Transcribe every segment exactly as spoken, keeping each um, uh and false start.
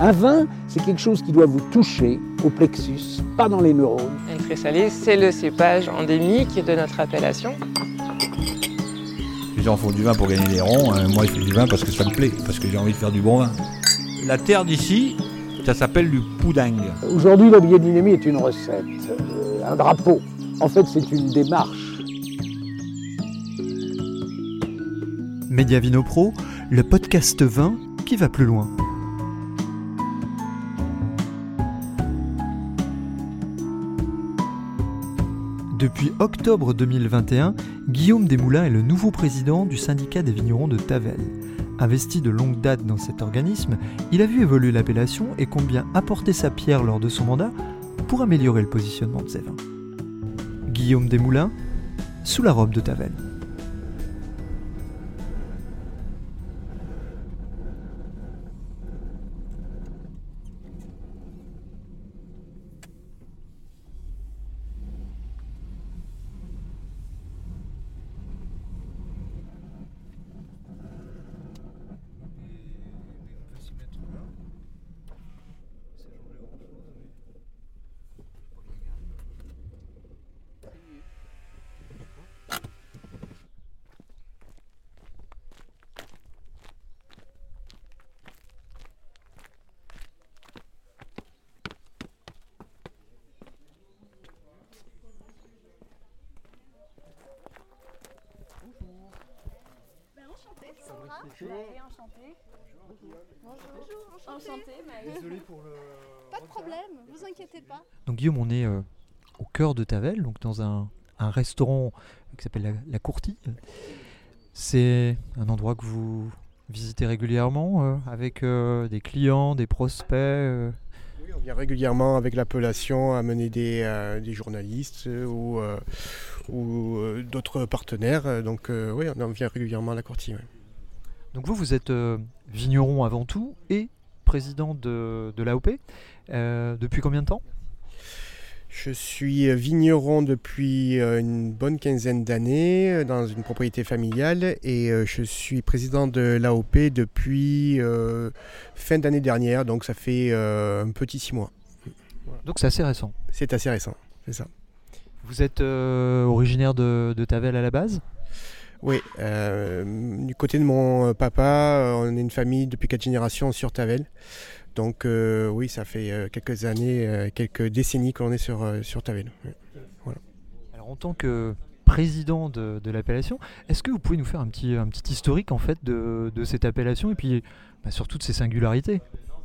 Un vin, c'est quelque chose qui doit vous toucher au plexus, pas dans les neurones. Un Tressaillé, c'est le cépage endémique de notre appellation. Les gens font du vin pour gagner des ronds, euh, moi je fais du vin parce que ça me plaît, parce que j'ai envie de faire du bon vin. La terre d'ici, ça s'appelle du poudingue. Aujourd'hui, la biodynamie est une recette, euh, un drapeau. En fait, c'est une démarche. Média Vino Pro, le podcast vin qui va plus loin. Depuis octobre deux mille vingt et un, Guillaume Desmoulins est le nouveau président du syndicat des vignerons de Tavel. Investi de longue date dans cet organisme, il a vu évoluer l'appellation et compte bien apporter sa pierre lors de son mandat pour améliorer le positionnement de ses vins. Guillaume Desmoulins, sous la robe de Tavel. Sandra. Enchantée. Bonjour. Enchantée. Désolée pour le. Pas de problème, vous inquiétez pas. Donc Guillaume, on est euh, au cœur de Tavel, donc dans un, un restaurant qui s'appelle la, la Courtille. C'est un endroit que vous visitez régulièrement euh, avec euh, des clients, des prospects. Euh. Oui, on vient régulièrement avec l'appellation amener des, euh, des journalistes euh, ou, euh, ou euh, d'autres partenaires. Donc euh, oui, on vient régulièrement à la Courtille. Ouais. Donc vous, vous êtes euh, vigneron avant tout et président de, de l'A O P. Euh, depuis combien de temps ? Je suis vigneron depuis une bonne quinzaine d'années dans une propriété familiale et je suis président de l'A O P depuis euh, fin d'année dernière, donc ça fait euh, un petit six mois. Donc c'est assez récent. C'est assez récent, c'est ça. Vous êtes euh, originaire de, de Tavel à la base ? Oui, euh, du côté de mon papa, on est une famille depuis quatre générations sur Tavel. Donc euh, oui, ça fait euh, quelques années, euh, quelques décennies que l'on est sur, euh, sur Tavel. Ouais. Voilà. Alors en tant que président de, de l'appellation, est-ce que vous pouvez nous faire un petit, un petit historique en fait de, de cette appellation et puis bah, surtout de ses singularités ?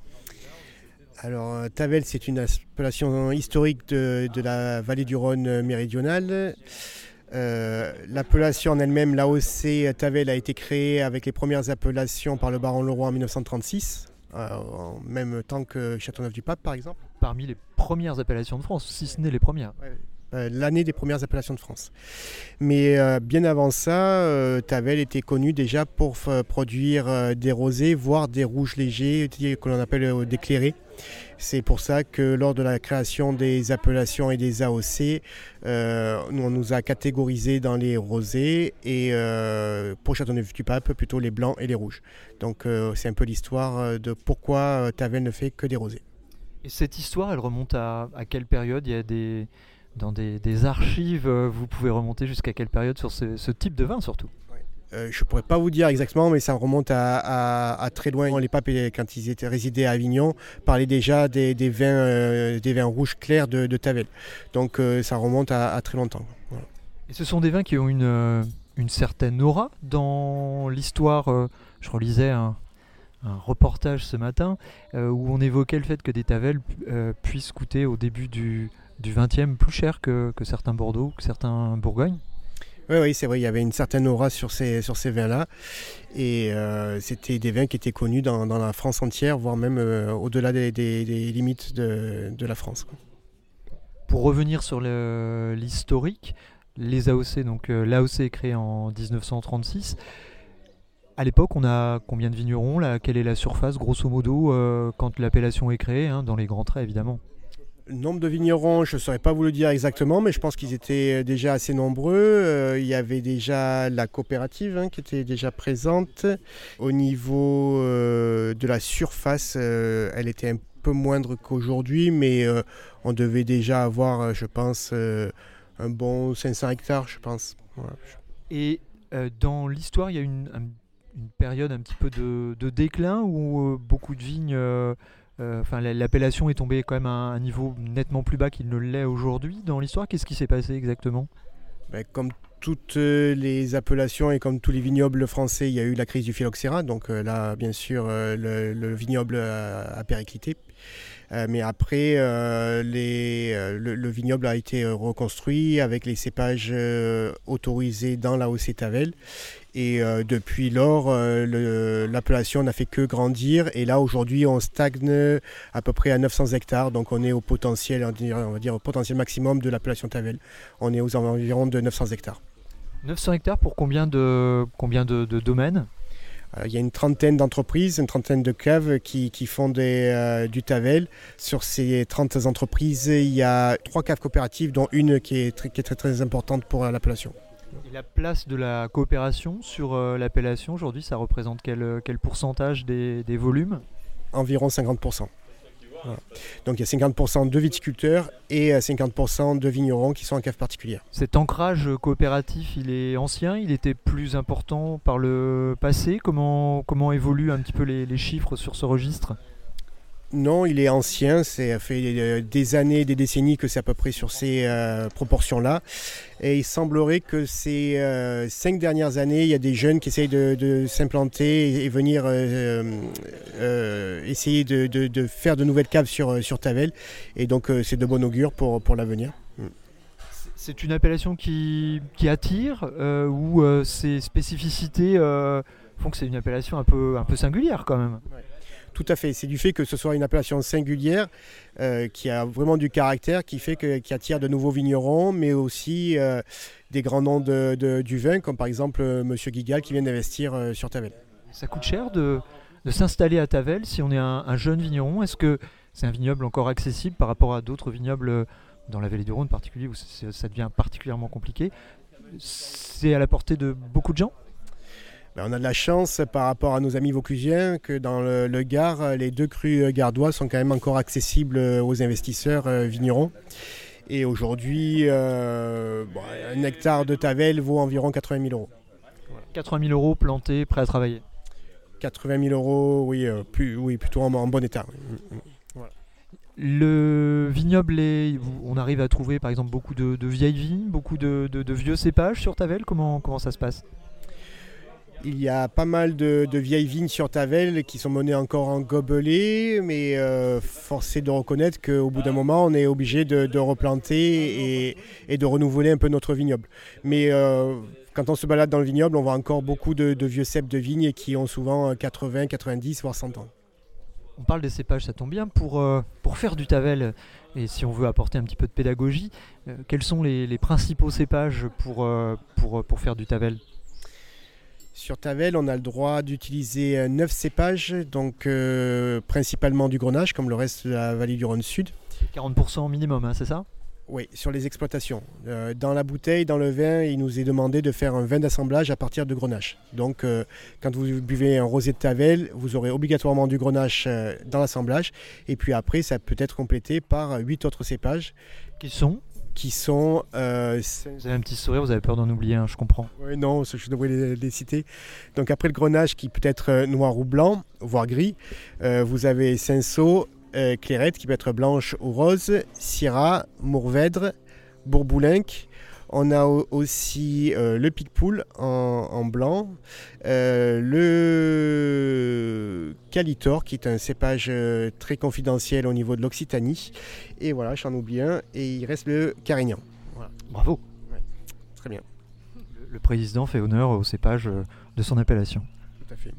Alors Tavel, c'est une appellation historique de, de la vallée du Rhône méridionale. Euh, l'appellation en elle-même, l'A O C Tavel, a été créée avec les premières appellations par le baron Leroy en dix-neuf cent trente-six, euh, en même temps que Châteauneuf-du-Pape par exemple. Parmi les premières appellations de France, si ce n'est les premières. Ouais. Euh, l'année des premières appellations de France. Mais euh, bien avant ça, euh, Tavel était connu déjà pour f- produire euh, des rosés, voire des rouges légers, que l'on appelle euh, des clairés. C'est pour ça que lors de la création des appellations et des A O C, euh, on nous a catégorisés dans les rosés et euh, pour Châteauneuf-du-Pape, plutôt les blancs et les rouges. Donc euh, c'est un peu l'histoire de pourquoi euh, Tavel ne fait que des rosés. Et cette histoire, elle remonte à, à quelle période ? Il y a des... Dans des, des archives, vous pouvez remonter jusqu'à quelle période sur ce, ce type de vin surtout ? euh, Je ne pourrais pas vous dire exactement, mais ça remonte à, à, à très loin. Les papes, quand ils étaient résidés à Avignon, parlaient déjà des, des, vins, euh, des vins rouges clairs de, de Tavel. Donc euh, ça remonte à, à très longtemps. Voilà. Et ce sont des vins qui ont une, une certaine aura dans l'histoire. Euh, je relisais un, un reportage ce matin euh, où on évoquait le fait que des Tavel euh, puissent coûter au début du... du vingtième plus cher que, que certains Bordeaux, que certains Bourgogne. Oui, oui, c'est vrai, il y avait une certaine aura sur ces, sur ces vins-là. Et euh, c'était des vins qui étaient connus dans, dans la France entière, voire même euh, au-delà des, des, des limites de, de la France. Quoi. Pour revenir sur le, l'historique, les A O C, donc euh, l'A O C est créé en dix-neuf cent trente-six. À l'époque, on a combien de vignerons là ? Quelle est la surface, grosso modo, euh, quand l'appellation est créée, hein, dans les grands traits évidemment ? Le nombre de vignerons, je ne saurais pas vous le dire exactement, mais je pense qu'ils étaient déjà assez nombreux. Euh, il y avait déjà la coopérative hein, qui était déjà présente. Au niveau euh, de la surface, euh, elle était un peu moindre qu'aujourd'hui, mais euh, on devait déjà avoir, je pense, euh, un bon cinq cents hectares, je pense. Voilà. Et euh, dans l'histoire, il y a une, un, une période un petit peu de, de déclin où euh, beaucoup de vignes... Euh, Euh, enfin, l'appellation est tombée quand même à un niveau nettement plus bas qu'il ne l'est aujourd'hui dans l'histoire. Qu'est-ce qui s'est passé exactement ? Ben, comme toutes les appellations et comme tous les vignobles français, il y a eu la crise du phylloxéra. Donc euh, là, bien sûr, euh, le, le vignoble a, a périclité. Euh, mais après, euh, les, euh, le, le vignoble a été reconstruit avec les cépages euh, autorisés dans l'A O C Tavel. Et euh, depuis lors, euh, l'appellation n'a fait que grandir. Et là, aujourd'hui, on stagne à peu près à neuf cents hectares. Donc, on est au potentiel, on va dire, on va dire au potentiel maximum de l'appellation Tavel. On est aux environs de neuf cents hectares. neuf cents hectares pour combien de, combien de, de domaines ? Euh, il y a une trentaine d'entreprises, une trentaine de caves qui, qui font des, euh, du Tavel. Sur ces trente entreprises, il y a trois caves coopératives, dont une qui est très, qui est très, très importante pour euh, l'appellation. Et la place de la coopération sur euh, l'appellation aujourd'hui, ça représente quel, quel pourcentage des, des volumes ? Environ cinquante pour cent. Voilà. Donc il y a cinquante pour cent de viticulteurs et cinquante pour cent de vignerons qui sont en cave particulière. Cet ancrage coopératif, il est ancien, il était plus important par le passé. Comment, comment évoluent un petit peu les, les chiffres sur ce registre ? Non, il est ancien, ça fait des années, des décennies que c'est à peu près sur ces euh, proportions-là. Et il semblerait que ces euh, cinq dernières années, il y a des jeunes qui essayent de, de s'implanter et, et venir euh, euh, essayer de, de, de faire de nouvelles caves sur, sur Tavel. Et donc euh, c'est de bon augure pour, pour l'avenir. C'est une appellation qui, qui attire euh, ou euh, ses spécificités euh, font que c'est une appellation un peu, un peu singulière quand même. Ouais. Tout à fait, c'est du fait que ce soit une appellation singulière euh, qui a vraiment du caractère, qui fait que, qui attire de nouveaux vignerons, mais aussi euh, des grands noms de, de, du vin, comme par exemple euh, M. Guigal qui vient d'investir euh, sur Tavel. Ça coûte cher de, de s'installer à Tavel si on est un, un jeune vigneron. Est-ce que c'est un vignoble encore accessible par rapport à d'autres vignobles dans la vallée du Rhône en particulier, où ça devient particulièrement compliqué ? C'est à la portée de beaucoup de gens ? On a de la chance par rapport à nos amis vauclusiens que dans le, le Gard, les deux crus gardois sont quand même encore accessibles aux investisseurs euh, vignerons. Et aujourd'hui, euh, bon, un hectare de Tavel vaut environ quatre-vingt mille euros. quatre-vingt mille euros plantés, prêts à travailler. quatre-vingt mille euros, oui, euh, plus, oui plutôt en, en bon état. Oui. Voilà. Le vignoble, est, on arrive à trouver par exemple beaucoup de, de vieilles vignes, beaucoup de, de, de vieux cépages sur Tavel. Comment, comment ça se passe ? Il y a pas mal de, de vieilles vignes sur Tavel qui sont menées encore en gobelet, mais euh, force est de reconnaître qu'au bout d'un moment, on est obligé de, de replanter et, et de renouveler un peu notre vignoble. Mais euh, quand on se balade dans le vignoble, on voit encore beaucoup de, de vieux cèpes de vignes qui ont souvent quatre-vingts, quatre-vingt-dix, voire cent ans. On parle des cépages, ça tombe bien. Pour, euh, pour faire du Tavel, et si on veut apporter un petit peu de pédagogie, euh, quels sont les, les principaux cépages pour, euh, pour, pour faire du Tavel ? Sur Tavel, on a le droit d'utiliser neuf cépages, donc euh, principalement du Grenache, comme le reste de la vallée du Rhône Sud. quarante pour cent minimum, hein, c'est ça ? Oui, sur les exploitations. Euh, dans la bouteille, dans le vin, il nous est demandé de faire un vin d'assemblage à partir de Grenache. Donc, euh, quand vous buvez un rosé de Tavel, vous aurez obligatoirement du Grenache euh, dans l'assemblage. Et puis après, ça peut être complété par huit autres cépages. Qui sont qui sont... Euh, vous avez un petit sourire, vous avez peur d'en oublier un, je comprends. Oui, non, je devrais les, les citer. Donc après le Grenache, qui peut être noir ou blanc, voire gris, euh, vous avez Cinsault, euh, Clairette, qui peut être blanche ou rose, Syrah, Mourvèdre, Bourboulenc. On a aussi euh, le Picpoul en, en blanc, euh, le Calitor qui est un cépage euh, très confidentiel au niveau de l'Occitanie. Et voilà, j'en oublie un. Et il reste le Carignan. Voilà. Bravo. Ouais, très bien. Le, le président fait honneur au cépage euh, de son appellation. Tout à fait.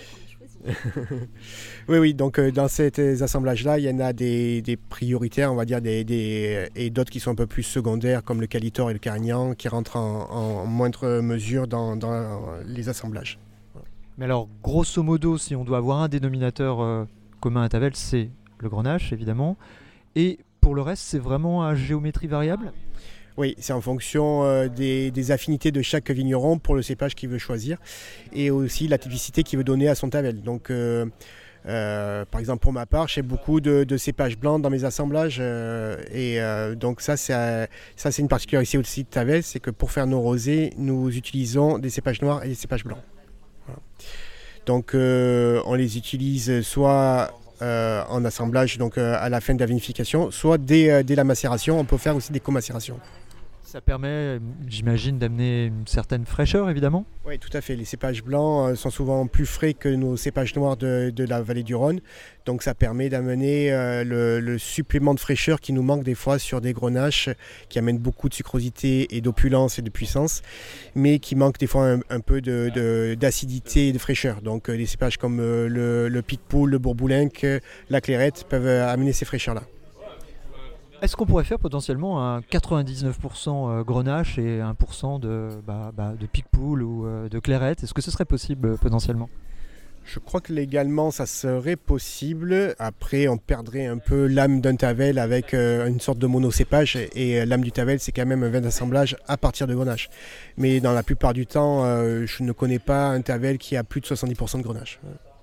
oui, oui, donc euh, dans ces assemblages-là, il y en a des, des prioritaires, on va dire, des, des, et d'autres qui sont un peu plus secondaires, comme le Calitor et le Carignan, qui rentrent en, en moindre mesure dans, dans les assemblages. Voilà. Mais alors, grosso modo, si on doit avoir un dénominateur euh, commun à Tavel, c'est le Grenache, évidemment. Et pour le reste, c'est vraiment à géométrie variable ? Oui, c'est en fonction euh, des, des affinités de chaque vigneron pour le cépage qu'il veut choisir et aussi la typicité qu'il veut donner à son tavel. Donc, euh, euh, par exemple, pour ma part, j'ai beaucoup de, de cépages blancs dans mes assemblages euh, et euh, donc ça c'est, euh, ça, c'est une particularité aussi de Tavel, c'est que pour faire nos rosés, nous utilisons des cépages noirs et des cépages blancs. Voilà. Donc, euh, on les utilise soit euh, en assemblage, donc euh, à la fin de la vinification, soit dès, euh, dès la macération. On peut faire aussi des co-macérations. Ça permet, j'imagine, d'amener une certaine fraîcheur, évidemment. Oui, tout à fait. Les cépages blancs sont souvent plus frais que nos cépages noirs de, de la vallée du Rhône. Donc ça permet d'amener euh, le, le supplément de fraîcheur qui nous manque des fois sur des grenaches qui amènent beaucoup de sucrosité et d'opulence et de puissance, mais qui manquent des fois un, un peu de, de, d'acidité et de fraîcheur. Donc euh, les cépages comme euh, le, le Picpoul, le Bourboulenc, la Clairette peuvent euh, amener ces fraîcheurs-là. Est-ce qu'on pourrait faire potentiellement un quatre-vingt-dix-neuf pour cent Grenache et un pour cent de, bah, bah, de Picpoul ou euh, de Clairette ? Est-ce que ce serait possible euh, potentiellement ? Je crois que légalement ça serait possible. Après on perdrait un peu l'âme d'un Tavel avec euh, une sorte de monocépage et euh, l'âme du Tavel c'est quand même un vin d'assemblage à partir de Grenache. Mais dans la plupart du temps euh, je ne connais pas un Tavel qui a plus de soixante-dix pour cent de Grenache.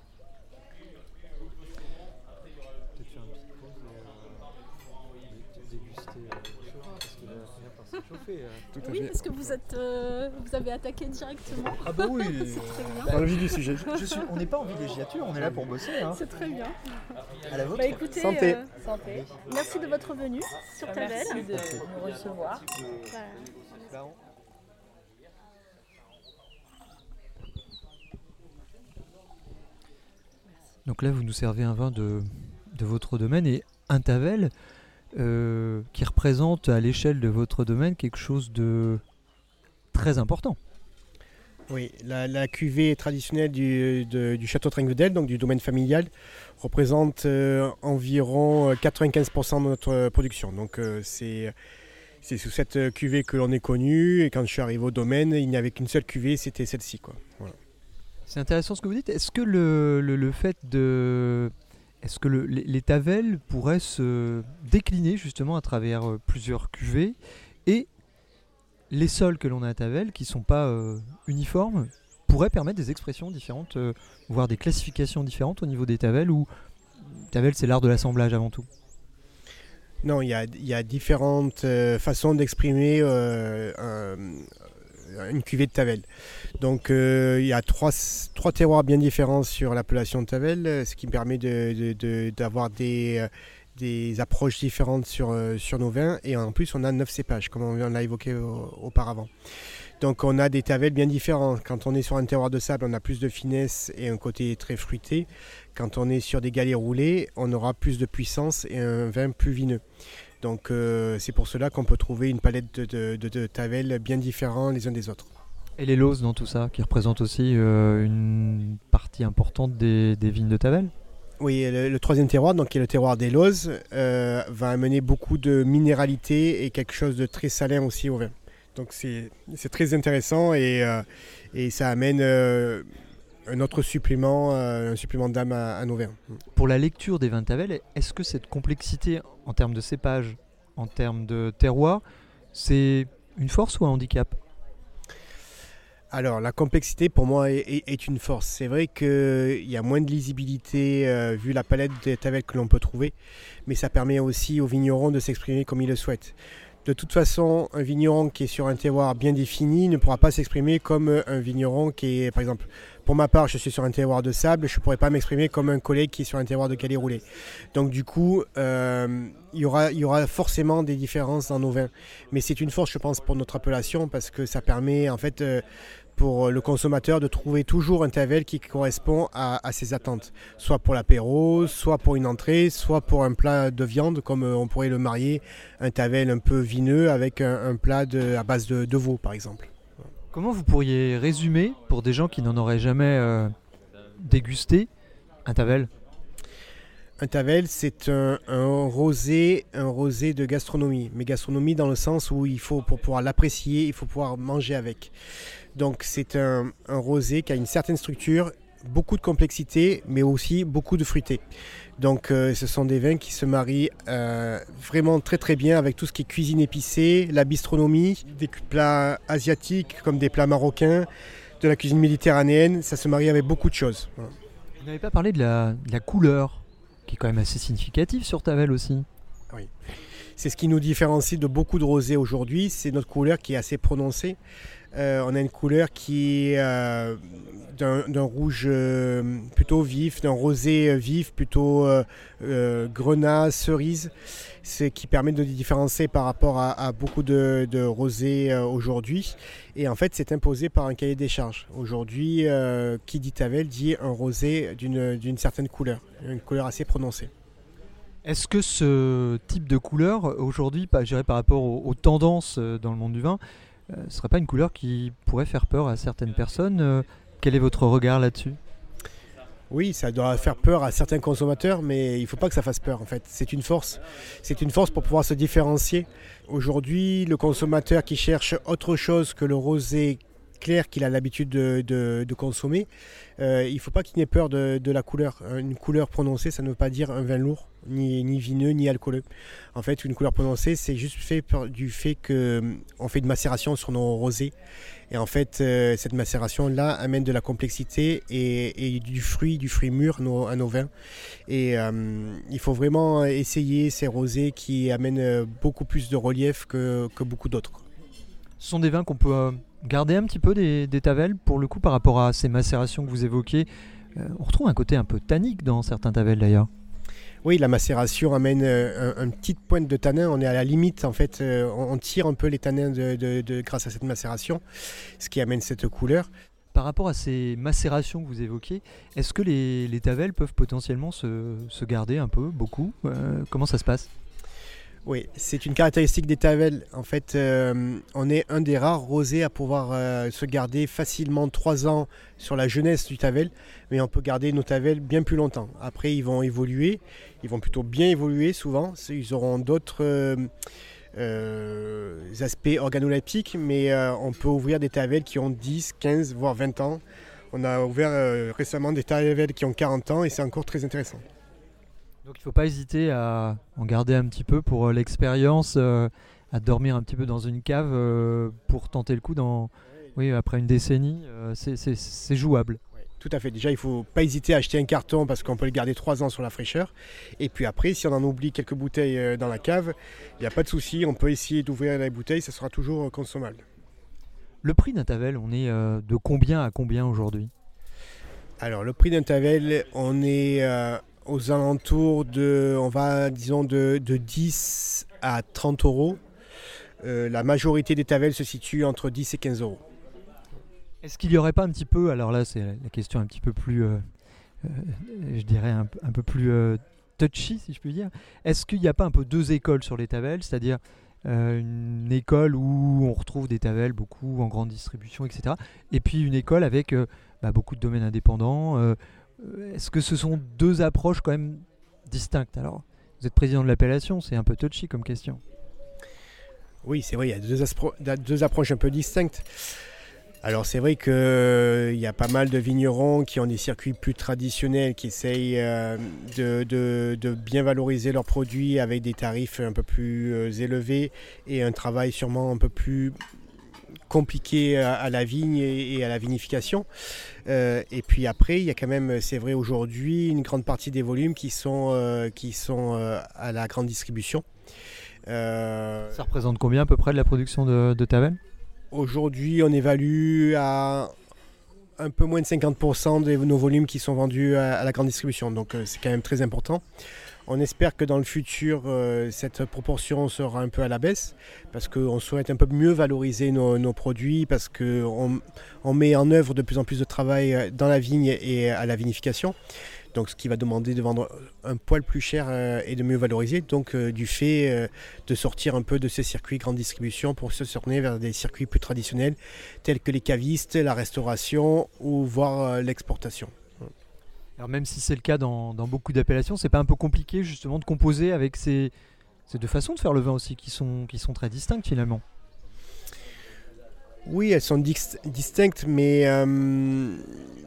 Oui, parce que vous êtes, euh, vous avez attaqué directement. Ah bah oui. C'est très bien. Dans le vif du sujet. Je suis, on n'est pas en villégiature, on est là pour bosser. Hein. C'est très bien. À la vôtre. Bah écoutez, Santé. euh, Santé. Merci de votre venue sur Tavel. Merci de nous recevoir. Voilà. Donc là, vous nous servez un vin de, de votre domaine et un Tavel euh, qui représente à l'échelle de votre domaine quelque chose de très important. Oui, la, la cuvée traditionnelle du, de, du château Trinquedel, donc du domaine familial, représente euh, environ quatre-vingt-quinze pour cent de notre production. Donc euh, c'est, c'est sous cette cuvée que l'on est connu. Et quand je suis arrivé au domaine, il n'y avait qu'une seule cuvée, c'était celle-ci, quoi. Voilà. C'est intéressant ce que vous dites. Est-ce que le, le, le fait de... Est-ce que le, les, les Tavels pourraient se décliner justement à travers euh, plusieurs cuvées et les sols que l'on a à Tavel, qui ne sont pas euh, uniformes, pourraient permettre des expressions différentes, euh, voire des classifications différentes au niveau des Tavels, où Tavel c'est l'art de l'assemblage avant tout. Non, il y a, il y a différentes euh, façons d'exprimer euh, un, une cuvée de Tavel. Donc euh, il y a trois, trois terroirs bien différents sur l'appellation de Tavel, ce qui permet de, de, de, d'avoir des... Euh, des approches différentes sur, euh, sur nos vins et en plus on a neuf cépages comme on l'a évoqué au, auparavant. Donc on a des Tavels bien différents. Quand on est sur un terroir de sable on a plus de finesse et un côté très fruité. Quand on est sur des galets roulés on aura plus de puissance et un vin plus vineux. Donc euh, c'est pour cela qu'on peut trouver une palette de, de, de, de Tavels bien différents les uns des autres. Et les Lozes dans tout ça qui représentent aussi euh, une partie importante des, des vignes de Tavel. Oui, le, le troisième terroir, donc, qui est le terroir des Lozes, euh, va amener beaucoup de minéralité et quelque chose de très salin aussi au vin. Donc c'est, c'est très intéressant et, euh, et ça amène euh, un autre supplément, euh, un supplément d'âme à, à nos vins. Pour la lecture des vins de Tavel, est-ce que cette complexité en termes de cépage, en termes de terroir, c'est une force ou un handicap ? Alors, la complexité, pour moi, est, est, est une force. C'est vrai qu'il y a moins de lisibilité euh, vu la palette de Tavel que l'on peut trouver, mais ça permet aussi aux vignerons de s'exprimer comme ils le souhaitent. De toute façon, un vigneron qui est sur un terroir bien défini ne pourra pas s'exprimer comme un vigneron qui est, par exemple, pour ma part, je suis sur un terroir de sable, je ne pourrais pas m'exprimer comme un collègue qui est sur un terroir de galets roulés. Donc du coup, euh, il y aura, il y aura forcément des différences dans nos vins. Mais c'est une force, je pense, pour notre appellation parce que ça permet, en fait, euh, pour le consommateur de trouver toujours un Tavel qui correspond à, à ses attentes. Soit pour l'apéro, soit pour une entrée, soit pour un plat de viande, comme on pourrait le marier, un Tavel un peu vineux avec un, un plat de, à base de, de veau, par exemple. Comment vous pourriez résumer, pour des gens qui n'en auraient jamais euh, dégusté, un Tavel ? Un Tavel, c'est un, un rosé, un rosé de gastronomie. Mais gastronomie dans le sens où il faut, pour pouvoir l'apprécier, il faut pouvoir manger avec. Donc c'est un, un rosé qui a une certaine structure beaucoup de complexité, mais aussi beaucoup de fruité. Donc euh, ce sont des vins qui se marient euh, vraiment très très bien avec tout ce qui est cuisine épicée, la bistronomie, des plats asiatiques comme des plats marocains, de la cuisine méditerranéenne, ça se marie avec beaucoup de choses. Voilà. Vous n'avez pas parlé de la, de la couleur, qui est quand même assez significative sur Tavel aussi. Oui. C'est ce qui nous différencie de beaucoup de rosés aujourd'hui, c'est notre couleur qui est assez prononcée. Euh, on a une couleur qui est euh, d'un, d'un rouge euh, plutôt vif, d'un rosé vif plutôt euh, euh, grenat, cerise, ce qui permet de différencier par rapport à, à beaucoup de, de rosés euh, aujourd'hui. Et en fait, c'est imposé par un cahier des charges. Aujourd'hui, euh, qui dit Tavel dit un rosé d'une, d'une certaine couleur, une couleur assez prononcée. Est-ce que ce type de couleur, aujourd'hui, je dirais par rapport aux, aux tendances dans le monde du vin, ne euh, serait pas une couleur qui pourrait faire peur à certaines personnes? euh, Quel est votre regard là-dessus? Oui, ça doit faire peur à certains consommateurs, mais il ne faut pas que ça fasse peur en fait. C'est une force. C'est une force pour pouvoir se différencier. Aujourd'hui, le consommateur qui cherche autre chose que le rosé clair qu'il a l'habitude de, de, de consommer, euh, il ne faut pas qu'il n'ait peur de, de la couleur. Une couleur prononcée, ça ne veut pas dire un vin lourd, ni, ni vineux, ni alcooleux. En fait, une couleur prononcée, c'est juste fait du fait qu'on fait une macération sur nos rosés. Et en fait, euh, cette macération-là amène de la complexité et, et du fruit, du fruit mûr nos, à nos vins. Et euh, il faut vraiment essayer ces rosés qui amènent beaucoup plus de relief que, que beaucoup d'autres. Ce sont des vins qu'on peut euh, garder un petit peu des, des Tavel, pour le coup, par rapport à ces macérations que vous évoquez. Euh, on retrouve un côté un peu tannique dans certains Tavel d'ailleurs. Oui, la macération amène euh, un, une petite pointe de tanin. On est à la limite, en fait, euh, on tire un peu les tanins de, de, de, grâce à cette macération, ce qui amène cette couleur. Par rapport à ces macérations que vous évoquez, est-ce que les, les Tavel peuvent potentiellement se, se garder un peu, beaucoup euh, Comment ça se passe ? Oui, c'est une caractéristique des Tavel. En fait, euh, on est un des rares rosés à pouvoir euh, se garder facilement trois ans sur la jeunesse du Tavel, mais on peut garder nos Tavel bien plus longtemps. Après, ils vont évoluer, ils vont plutôt bien évoluer souvent. Ils auront d'autres euh, euh, aspects organoleptiques, mais euh, on peut ouvrir des Tavel qui ont dix, quinze, voire vingt ans. On a ouvert euh, récemment des Tavel qui ont quarante ans et c'est encore très intéressant. Donc il ne faut pas hésiter à en garder un petit peu pour euh, l'expérience, euh, à dormir un petit peu dans une cave euh, pour tenter le coup dans, oui, après une décennie, euh, c'est, c'est, c'est jouable. Oui, tout à fait. Déjà, il ne faut pas hésiter à acheter un carton parce qu'on peut le garder trois ans sur la fraîcheur. Et puis après, si on en oublie quelques bouteilles dans la cave, il n'y a pas de souci, on peut essayer d'ouvrir les bouteilles, ça sera toujours consommable. Le prix d'un Tavel, on est euh, de combien à combien aujourd'hui ? Alors, le prix d'un Tavel, on est... Euh, aux alentours de, on va, disons, de, de dix à trente euros. Euh, la majorité des Tavel se situe entre dix et quinze euros. Est-ce qu'il n'y aurait pas un petit peu, alors là c'est la question un petit peu plus, euh, euh, je dirais un, un peu plus euh, touchy si je puis dire, est-ce qu'il n'y a pas un peu deux écoles sur les Tavel, c'est-à-dire euh, une école où on retrouve des Tavel beaucoup en grande distribution, et cetera. Et puis une école avec euh, bah, beaucoup de domaines indépendants. euh, Est-ce que ce sont deux approches quand même distinctes ? Alors, vous êtes président de l'appellation, c'est un peu touchy comme question. Oui, c'est vrai, il y a deux, aspro- deux approches un peu distinctes. Alors c'est vrai qu'il euh, y a pas mal de vignerons qui ont des circuits plus traditionnels, qui essayent euh, de, de, de bien valoriser leurs produits avec des tarifs un peu plus euh, élevés et un travail sûrement un peu plus compliqué à, à la vigne et, et à la vinification. Euh, et puis après, il y a quand même, c'est vrai aujourd'hui, une grande partie des volumes qui sont, euh, qui sont euh, à la grande distribution. Euh, Ça représente combien à peu près de la production de, de Tavel ? Aujourd'hui, on évalue à un peu moins de cinquante pour cent de nos volumes qui sont vendus à, à la grande distribution. Donc euh, c'est quand même très important. On espère que dans le futur, euh, cette proportion sera un peu à la baisse parce qu'on souhaite un peu mieux valoriser nos, nos produits, parce qu'on on met en œuvre de plus en plus de travail dans la vigne et à la vinification. Donc ce qui va demander de vendre un poil plus cher euh, et de mieux valoriser. Donc euh, du fait euh, de sortir un peu de ces circuits grande distribution pour se tourner vers des circuits plus traditionnels tels que les cavistes, la restauration ou voire euh, l'exportation. Alors même si c'est le cas dans, dans beaucoup d'appellations, c'est pas un peu compliqué justement de composer avec ces, ces deux façons de faire le vin aussi qui sont, qui sont très distinctes finalement ? Oui, elles sont dis- distinctes, mais euh,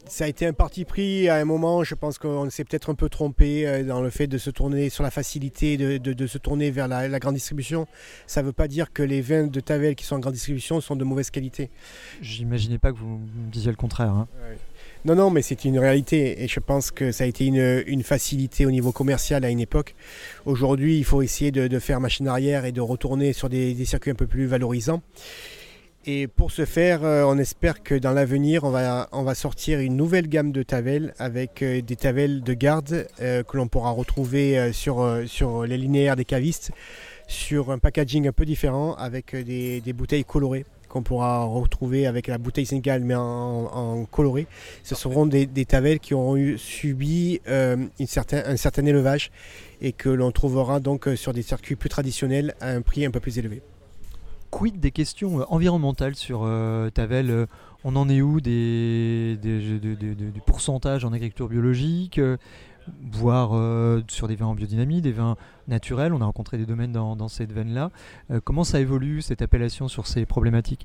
Ça a été un parti pris à un moment, je pense qu'on s'est peut-être un peu trompé dans le fait de se tourner sur la facilité, de, de, de se tourner vers la, la grande distribution. Ça ne veut pas dire que les vins de Tavel qui sont en grande distribution sont de mauvaise qualité. J'imaginais pas que vous me disiez le contraire. Hein. Ouais. Non, non, mais c'est une réalité et je pense que ça a été une, une facilité au niveau commercial à une époque. Aujourd'hui, il faut essayer de, de faire machine arrière et de retourner sur des, des circuits un peu plus valorisants. Et pour ce faire, on espère que dans l'avenir, on va, on va sortir une nouvelle gamme de Tavel avec des Tavel de garde euh, que l'on pourra retrouver sur, sur les linéaires des cavistes, sur un packaging un peu différent avec des, des bouteilles colorées qu'on pourra retrouver avec la bouteille Sénégal mais en, en coloré. Ce seront des, des Tavel qui auront eu, subi euh, une certain, un certain élevage et que l'on trouvera donc sur des circuits plus traditionnels à un prix un peu plus élevé. Quid des questions environnementales sur euh, Tavel? On en est où des, des, de, de, de, du pourcentage en agriculture biologique, euh, voire euh, sur des vins en biodynamie, des vins naturels? On a rencontré des domaines dans, dans cette veine-là. Euh, comment ça évolue, cette appellation, sur ces problématiques?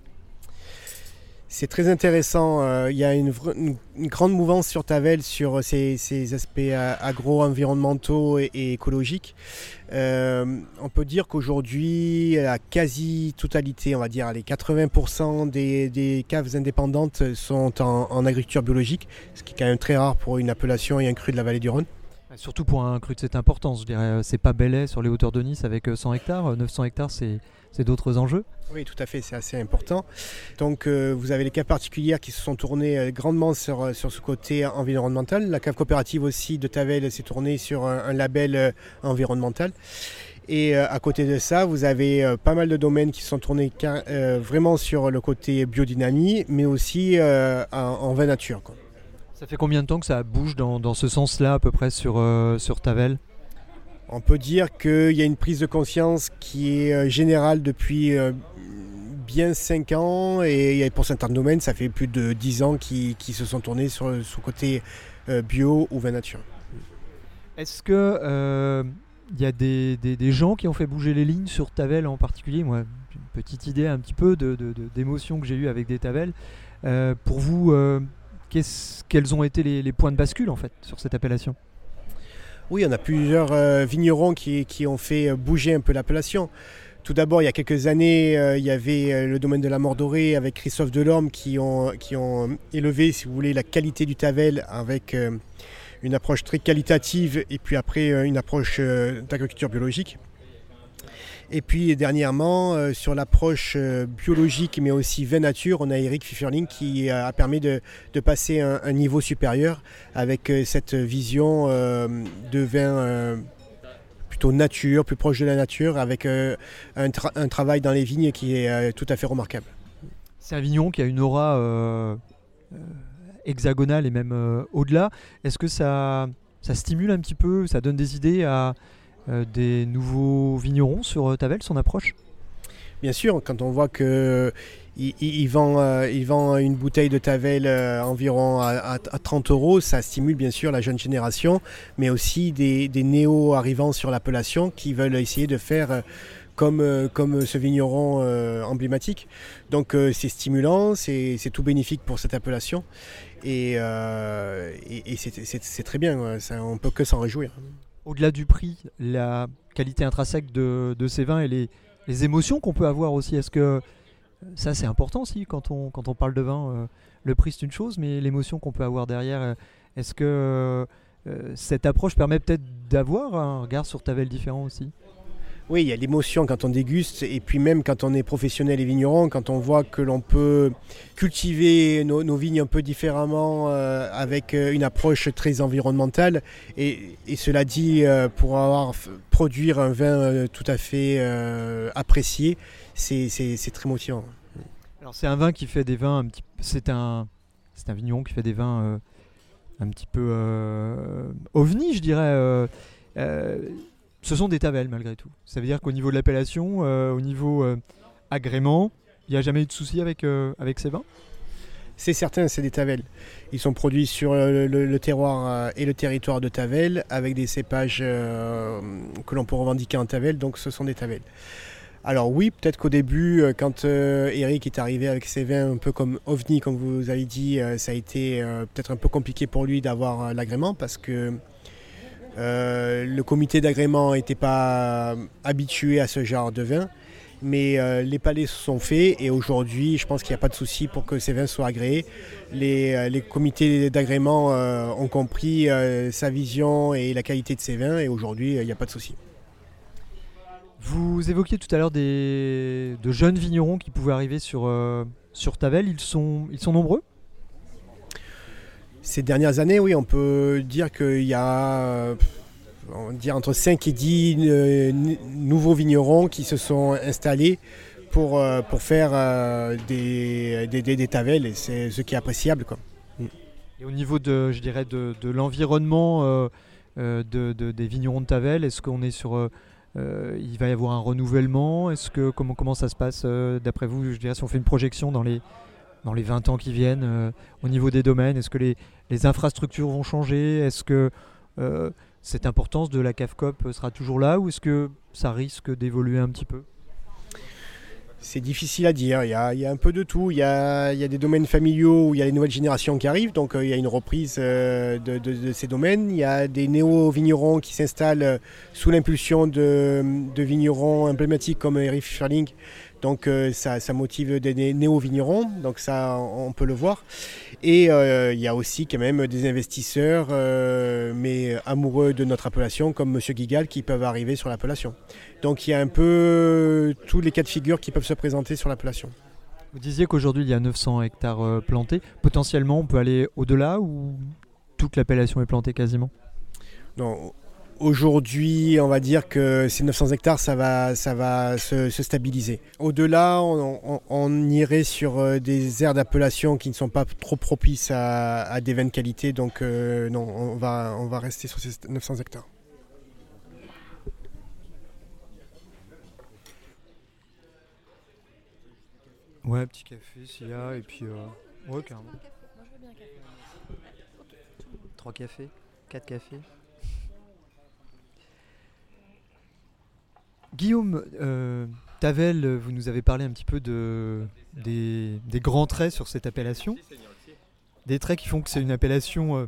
C'est très intéressant. Euh, il y a une, une, une grande mouvance sur Tavel sur ces, ces aspects agro-environnementaux et, et écologiques. Euh, on peut dire qu'aujourd'hui, la quasi-totalité, on va dire les quatre-vingts pour cent des, des caves indépendantes sont en, en agriculture biologique, ce qui est quand même très rare pour une appellation et un cru de la vallée du Rhône. Surtout pour un cru de cette importance, je dirais. C'est pas Belley sur les hauteurs de Nice avec cent hectares. neuf cents hectares, c'est, c'est d'autres enjeux. Oui, tout à fait, c'est assez important. Donc euh, vous avez les caves particulières qui se sont tournées euh, grandement sur, sur ce côté environnemental. La cave coopérative aussi de Tavel s'est tournée sur un, un label euh, environnemental. Et euh, à côté de ça, vous avez euh, pas mal de domaines qui se sont tournés euh, vraiment sur le côté biodynamie, mais aussi euh, en, en vin nature, quoi. Ça fait combien de temps que ça bouge dans, dans ce sens-là à peu près sur, euh, sur Tavel? On peut dire qu'il y a une prise de conscience qui est euh, générale depuis euh, bien cinq ans et pour certains domaines, ça fait plus de dix ans qui, qui se sont tournés sur le côté euh, bio ou vin nature. Est-ce qu'il euh, y a des, des, des gens qui ont fait bouger les lignes sur Tavel en particulier? Moi, une petite idée un petit peu de, de, de, d'émotion que j'ai eue avec des Tavel. Euh, pour vous, euh, quels ont été les, les points de bascule en fait sur cette appellation? Oui, on a plusieurs euh, vignerons qui, qui ont fait bouger un peu l'appellation. Tout d'abord, il y a quelques années, euh, il y avait euh, le domaine de la Mordorée avec Christophe Delorme qui ont, qui ont élevé, si vous voulez, la qualité du Tavel avec euh, une approche très qualitative et puis après euh, une approche euh, d'agriculture biologique. Et puis dernièrement, euh, sur l'approche euh, biologique mais aussi vin nature, on a Eric Pfifferling qui euh, a permis de, de passer un, un niveau supérieur avec euh, cette vision euh, de vin euh, plutôt nature, plus proche de la nature, avec euh, un, tra- un travail dans les vignes qui est euh, tout à fait remarquable. C'est un vigneron qui a une aura euh, euh, hexagonale et même euh, au-delà. Est-ce que ça, ça stimule un petit peu, ça donne des idées à Euh, des nouveaux vignerons sur euh, Tavel, son approche? Bien sûr, quand on voit qu'il il, il vend, euh, il vend une bouteille de Tavel euh, environ à, à, à trente euros, ça stimule bien sûr la jeune génération, mais aussi des, des néo-arrivants sur l'appellation qui veulent essayer de faire euh, comme, euh, comme ce vigneron euh, emblématique. Donc euh, c'est stimulant, c'est, c'est tout bénéfique pour cette appellation et, euh, et, et c'est, c'est, c'est très bien, ouais. Ça, on ne peut que s'en réjouir. Au-delà du prix, la qualité intrinsèque de, de ces vins et les, les émotions qu'on peut avoir aussi, est-ce que ça c'est important aussi quand on, quand on parle de vin, euh, le prix c'est une chose, mais l'émotion qu'on peut avoir derrière, euh, est-ce que euh, cette approche permet peut-être d'avoir un regard sur Tavel différent aussi? Oui, il y a l'émotion quand on déguste et puis même quand on est professionnel et vigneron, quand on voit que l'on peut cultiver nos, nos vignes un peu différemment euh, avec une approche très environnementale et, et cela dit euh, pour avoir produire un vin euh, tout à fait euh, apprécié, c'est, c'est, c'est très motivant. Alors c'est un vin qui fait des vins un petit, c'est un c'est un vigneron qui fait des vins euh, un petit peu euh, ovni, je dirais. Euh, euh, Ce sont des Tavel malgré tout. Ça veut dire qu'au niveau de l'appellation, euh, au niveau euh, agrément, il n'y a jamais eu de souci avec, euh, avec ces vins? C'est certain, c'est des Tavel. Ils sont produits sur le, le, le terroir euh, et le territoire de Tavel avec des cépages euh, que l'on peut revendiquer en Tavel, donc ce sont des Tavel. Alors oui, peut-être qu'au début, quand euh, Eric est arrivé avec ses vins, un peu comme OVNI, comme vous avez dit, euh, ça a été euh, peut-être un peu compliqué pour lui d'avoir euh, l'agrément parce que euh, le comité d'agrément n'était pas habitué à ce genre de vin. Mais euh, les palais se sont faits et aujourd'hui, je pense qu'il n'y a pas de souci pour que ces vins soient agréés. Les, euh, les comités d'agrément euh, ont compris euh, sa vision et la qualité de ces vins et aujourd'hui, il n'y a pas de souci. Vous évoquiez tout à l'heure des, de jeunes vignerons qui pouvaient arriver sur, euh, sur Tavel. Ils sont, ils sont nombreux ? Ces dernières années, oui, on peut dire qu'il y a... on va dire entre cinq et dix euh, n- nouveaux vignerons qui se sont installés pour, euh, pour faire euh, des, des, des, des tavels et c'est ce qui est appréciable, quoi. Et au niveau de, je dirais, de, de l'environnement euh, euh, de, de, des vignerons de Tavel, est-ce qu'on est sur... Euh, euh, il va y avoir un renouvellement ? Est-ce que, comment, comment ça se passe euh, d'après vous ? Je dirais, si on fait une projection dans les, dans les vingt ans qui viennent, euh, au niveau des domaines, est-ce que les, les infrastructures vont changer ? Est-ce que... Euh, cette importance de la C A F C O P sera toujours là ou est-ce que ça risque d'évoluer un petit peu ? C'est difficile à dire, il y a, il y a un peu de tout, il y a, il y a des domaines familiaux où il y a les nouvelles générations qui arrivent, donc euh, il y a une reprise euh, de, de, de ces domaines, il y a des néo-vignerons qui s'installent euh, sous l'impulsion de, de vignerons emblématiques comme Eric Fischerling, donc euh, ça, ça motive des néo-vignerons, donc ça on peut le voir. Et euh, il y a aussi quand même des investisseurs, euh, mais amoureux de notre appellation, comme M. Guigal, qui peuvent arriver sur l'appellation. Donc il y a un peu tous les cas de figure qui peuvent se présenter sur l'appellation. Vous disiez qu'aujourd'hui il y a neuf cents hectares euh, plantés. Potentiellement on peut aller au-delà ou toute l'appellation est plantée quasiment ? Non. Aujourd'hui, on va dire que ces neuf cents hectares, ça va, ça va se, se stabiliser. Au-delà, on, on, on irait sur des aires d'appellation qui ne sont pas trop propices à, à des vins de qualité. Donc euh, non, on va, on va rester sur ces neuf cents hectares. Ouais, petit café s'il y a, et puis... Euh... Ouais, carrément. Moi, je veux bien un café. Trois cafés, quatre cafés. Guillaume, euh, Tavel, vous nous avez parlé un petit peu de, des, des grands traits sur cette appellation. Des traits qui font que c'est une appellation euh,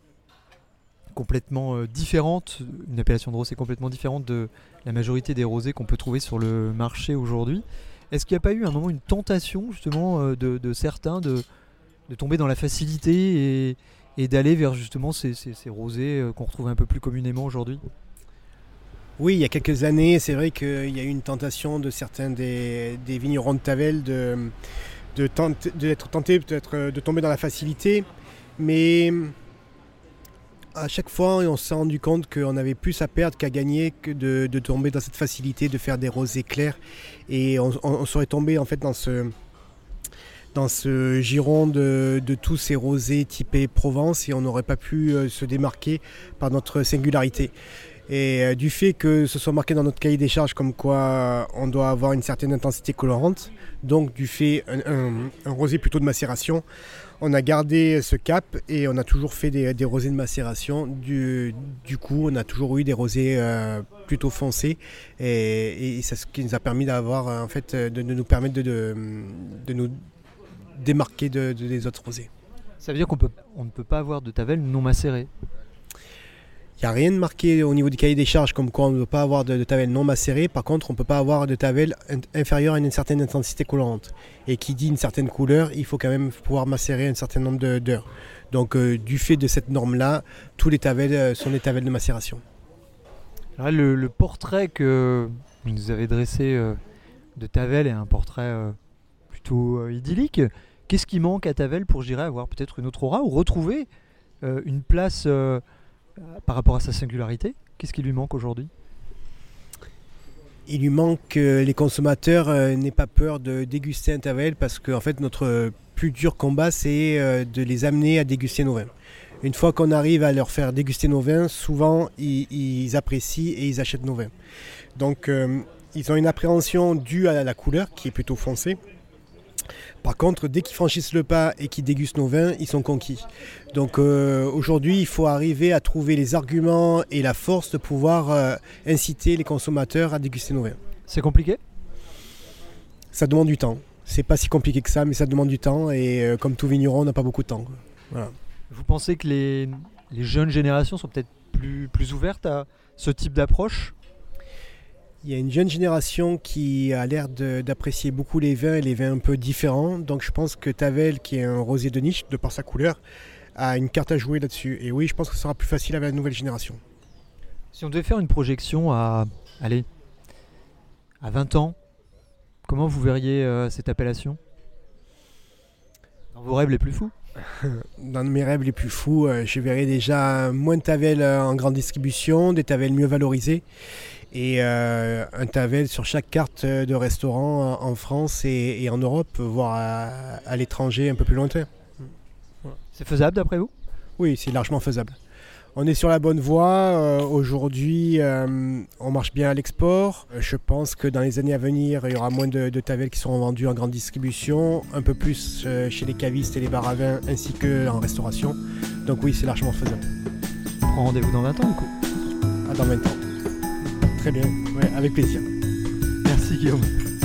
complètement euh, différente, une appellation de rosé complètement différente de la majorité des rosés qu'on peut trouver sur le marché aujourd'hui. Est-ce qu'il n'y a pas eu à un moment une tentation justement euh, de, de certains de, de tomber dans la facilité et, et d'aller vers justement ces, ces, ces rosés euh, qu'on retrouve un peu plus communément aujourd'hui ? Oui, il y a quelques années, c'est vrai qu'il y a eu une tentation de certains des, des vignerons de Tavel de, de tenter, d'être tentés peut-être de tomber dans la facilité. Mais à chaque fois, on s'est rendu compte qu'on avait plus à perdre qu'à gagner que de, de tomber dans cette facilité de faire des rosés clairs. Et on, on, on serait tombé en fait dans ce, dans ce giron de, de tous ces rosés typés Provence et on n'aurait pas pu se démarquer par notre singularité. Et euh, du fait que ce soit marqué dans notre cahier des charges comme quoi euh, on doit avoir une certaine intensité colorante, donc du fait un, un, un rosé plutôt de macération, on a gardé ce cap et on a toujours fait des, des rosés de macération. Du, du coup, on a toujours eu des rosés euh, plutôt foncés et, et c'est ce qui nous a permis d'avoir en fait de, de nous permettre de, de, de nous démarquer de, de, des autres rosés. Ça veut dire qu'on peut, on ne peut pas avoir de Tavel non macéré. Il n'y a rien de marqué au niveau du cahier des charges comme quoi on ne peut pas avoir de, de Tavel non macéré. Par contre, on ne peut pas avoir de Tavel inférieur à une certaine intensité colorante. Et qui dit une certaine couleur, il faut quand même pouvoir macérer un certain nombre de, d'heures. Donc euh, du fait de cette norme-là, tous les Tavel euh, sont des Tavel de macération. Alors, le, le portrait que vous nous avez dressé euh, de Tavel est un portrait euh, plutôt euh, idyllique. Qu'est-ce qui manque à Tavel pour, je dirais, avoir peut-être une autre aura ou retrouver euh, une place... Euh, par rapport à sa singularité, qu'est-ce qui lui manque aujourd'hui ? Il lui manque que les consommateurs euh, n'aient pas peur de déguster un Tavel parce que en fait, notre plus dur combat, c'est euh, de les amener à déguster nos vins. Une fois qu'on arrive à leur faire déguster nos vins, souvent ils, ils apprécient et ils achètent nos vins. Donc euh, ils ont une appréhension due à la couleur qui est plutôt foncée. Par contre, dès qu'ils franchissent le pas et qu'ils dégustent nos vins, ils sont conquis. Donc euh, aujourd'hui, il faut arriver à trouver les arguments et la force de pouvoir euh, inciter les consommateurs à déguster nos vins. C'est compliqué ? Ça demande du temps. C'est pas si compliqué que ça, mais ça demande du temps. Et euh, comme tout vigneron, on n'a pas beaucoup de temps. Voilà. Vous pensez que les, les jeunes générations sont peut-être plus, plus ouvertes à ce type d'approche ? Il y a une jeune génération qui a l'air de, d'apprécier beaucoup les vins et les vins un peu différents. Donc je pense que Tavel, qui est un rosé de niche, de par sa couleur, a une carte à jouer là-dessus. Et oui, je pense que ce sera plus facile avec la nouvelle génération. Si on devait faire une projection à, allez, à vingt ans, comment vous verriez euh, cette appellation ? Dans vos rêves les plus fous ? Dans mes rêves les plus fous, euh, je verrais déjà moins de Tavel en grande distribution, des Tavel mieux valorisés et euh, un Tavel sur chaque carte de restaurant en France et, et en Europe, voire à, à l'étranger un peu plus lointain. C'est faisable d'après vous ? Oui, c'est largement faisable. On est sur la bonne voie. Euh, aujourd'hui, euh, on marche bien à l'export. Je pense que dans les années à venir, il y aura moins de, de Tavel qui seront vendus en grande distribution, un peu plus euh, chez les cavistes et les bars à vin, ainsi qu'en restauration. Donc oui, c'est largement faisable. On prend rendez-vous dans vingt ans du coup ? Ah, dans vingt ans. Très bien, ouais, avec plaisir. Merci Guillaume.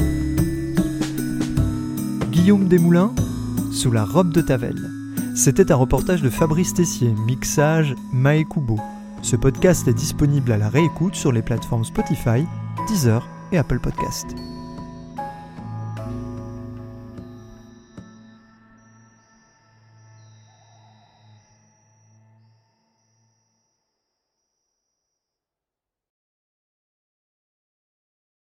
Guillaume Desmoulins, sous la robe de Tavel. C'était un reportage de Fabrice Tessier, mixage Mae Kubo. Ce podcast est disponible à la réécoute sur les plateformes Spotify, Deezer et Apple Podcast.